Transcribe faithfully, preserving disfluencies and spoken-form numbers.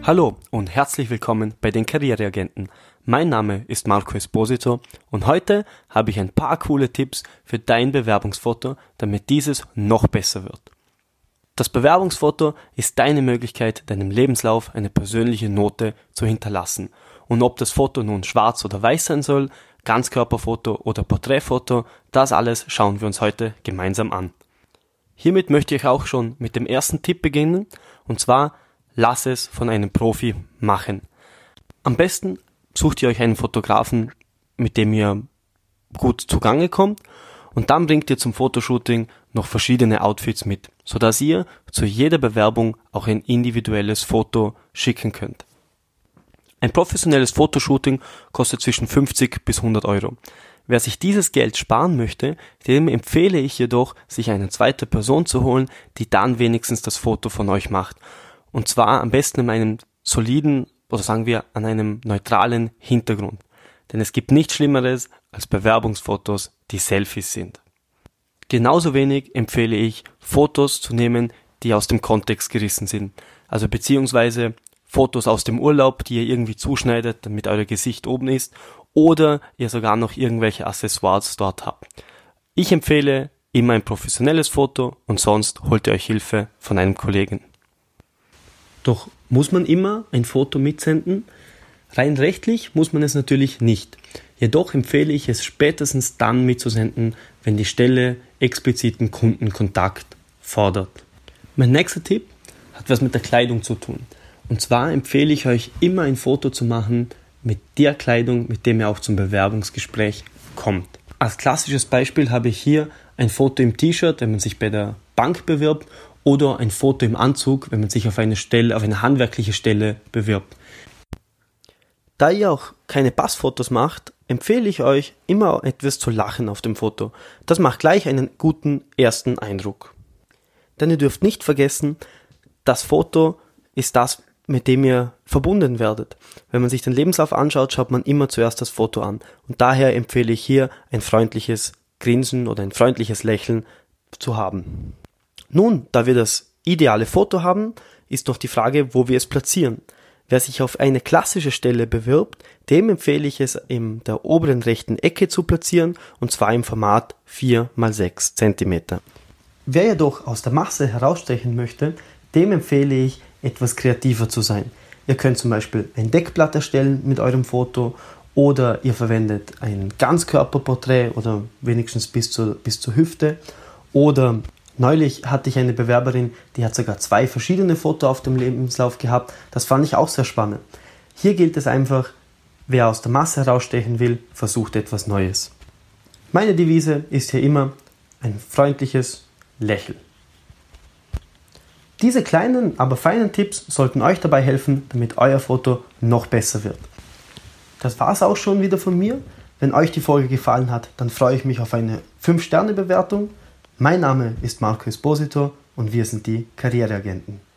Hallo und herzlich willkommen bei den Karriereagenten. Mein Name ist Marco Esposito und heute habe ich ein paar coole Tipps für dein Bewerbungsfoto, damit dieses noch besser wird. Das Bewerbungsfoto ist deine Möglichkeit, deinem Lebenslauf eine persönliche Note zu hinterlassen. Und ob das Foto nun schwarz oder weiß sein soll, Ganzkörperfoto oder Porträtfoto, das alles schauen wir uns heute gemeinsam an. Hiermit möchte ich auch schon mit dem ersten Tipp beginnen, und zwar: Lass es von einem Profi machen. Am besten sucht ihr euch einen Fotografen, mit dem ihr gut zugange kommt, und dann bringt ihr zum Fotoshooting noch verschiedene Outfits mit, sodass ihr zu jeder Bewerbung auch ein individuelles Foto schicken könnt. Ein professionelles Fotoshooting kostet zwischen fünfzig bis hundert Euro. Wer sich dieses Geld sparen möchte, dem empfehle ich jedoch, sich eine zweite Person zu holen, die dann wenigstens das Foto von euch macht. Und zwar am besten in einem soliden, oder sagen wir, an einem neutralen Hintergrund. Denn es gibt nichts Schlimmeres als Bewerbungsfotos, die Selfies sind. Genauso wenig empfehle ich, Fotos zu nehmen, die aus dem Kontext gerissen sind. Also beziehungsweise Fotos aus dem Urlaub, die ihr irgendwie zuschneidet, damit euer Gesicht oben ist, oder ihr sogar noch irgendwelche Accessoires dort habt. Ich empfehle immer ein professionelles Foto und sonst holt ihr euch Hilfe von einem Kollegen. Doch muss man immer ein Foto mitsenden? Rein rechtlich muss man es natürlich nicht. Jedoch empfehle ich es spätestens dann mitzusenden, wenn die Stelle expliziten Kundenkontakt fordert. Mein nächster Tipp hat was mit der Kleidung zu tun. Und zwar empfehle ich euch immer ein Foto zu machen mit der Kleidung, mit dem ihr auch zum Bewerbungsgespräch kommt. Als klassisches Beispiel habe ich hier ein Foto im T-Shirt, wenn man sich bei der Bank bewirbt, oder ein Foto im Anzug, wenn man sich auf eine Stelle, auf eine handwerkliche Stelle bewirbt. Da ihr auch keine Passfotos macht, empfehle ich euch, immer etwas zu lachen auf dem Foto. Das macht gleich einen guten ersten Eindruck. Denn ihr dürft nicht vergessen, das Foto ist das, mit dem ihr verbunden werdet. Wenn man sich den Lebenslauf anschaut, schaut man immer zuerst das Foto an. Und daher empfehle ich hier, ein freundliches Grinsen oder ein freundliches Lächeln zu haben. Nun, da wir das ideale Foto haben, ist noch die Frage, wo wir es platzieren. Wer sich auf eine klassische Stelle bewirbt, dem empfehle ich es in der oberen rechten Ecke zu platzieren, und zwar im Format vier mal sechs Zentimeter. Wer jedoch aus der Masse herausstechen möchte, dem empfehle ich, etwas kreativer zu sein. Ihr könnt zum Beispiel ein Deckblatt erstellen mit eurem Foto, oder ihr verwendet ein Ganzkörperporträt oder wenigstens bis zur, bis zur Hüfte, oder neulich hatte ich eine Bewerberin, die hat sogar zwei verschiedene Fotos auf dem Lebenslauf gehabt. Das fand ich auch sehr spannend. Hier gilt es einfach, wer aus der Masse herausstechen will, versucht etwas Neues. Meine Devise ist hier immer ein freundliches Lächeln. Diese kleinen, aber feinen Tipps sollten euch dabei helfen, damit euer Foto noch besser wird. Das war's auch schon wieder von mir. Wenn euch die Folge gefallen hat, dann freue ich mich auf eine fünf Sterne Bewertung. Mein Name ist Marco Esposito und wir sind die Karriereagenten.